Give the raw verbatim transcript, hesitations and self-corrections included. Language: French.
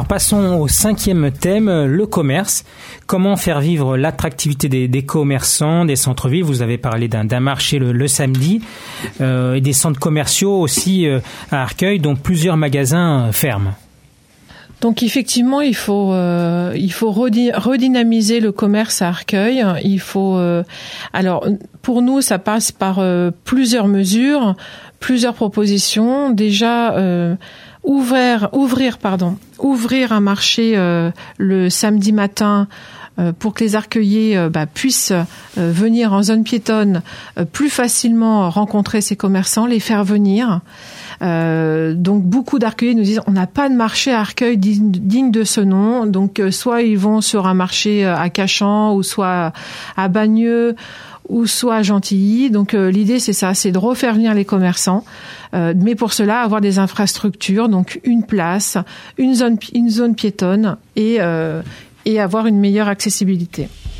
Alors passons au cinquième thème, le commerce. Comment faire vivre l'attractivité des, des commerçants, des centres-villes? Vous avez parlé d'un, d'un marché le, le samedi euh, et des centres commerciaux aussi euh, à Arcueil, dont plusieurs magasins euh, ferment. Donc effectivement, il faut euh, il faut redi- redynamiser le commerce à Arcueil. Il faut euh, alors pour nous, ça passe par euh, plusieurs mesures, plusieurs propositions. Déjà euh, ouvrir ouvrir pardon ouvrir un marché euh, le samedi matin. Euh, pour que les Arcueillais euh, bah, puissent euh, venir en zone piétonne, euh, plus facilement rencontrer ces commerçants, les faire venir. Euh, donc beaucoup d'Arcueillais nous disent on n'a pas de marché à Arcueil digne, digne de ce nom. Donc euh, soit ils vont sur un marché à Cachan, ou soit à Bagneux, ou soit à Gentilly. Donc euh, l'idée c'est ça, c'est de refaire venir les commerçants. Euh, mais pour cela avoir des infrastructures, donc une place, une zone, une zone piétonne et euh, et avoir une meilleure accessibilité.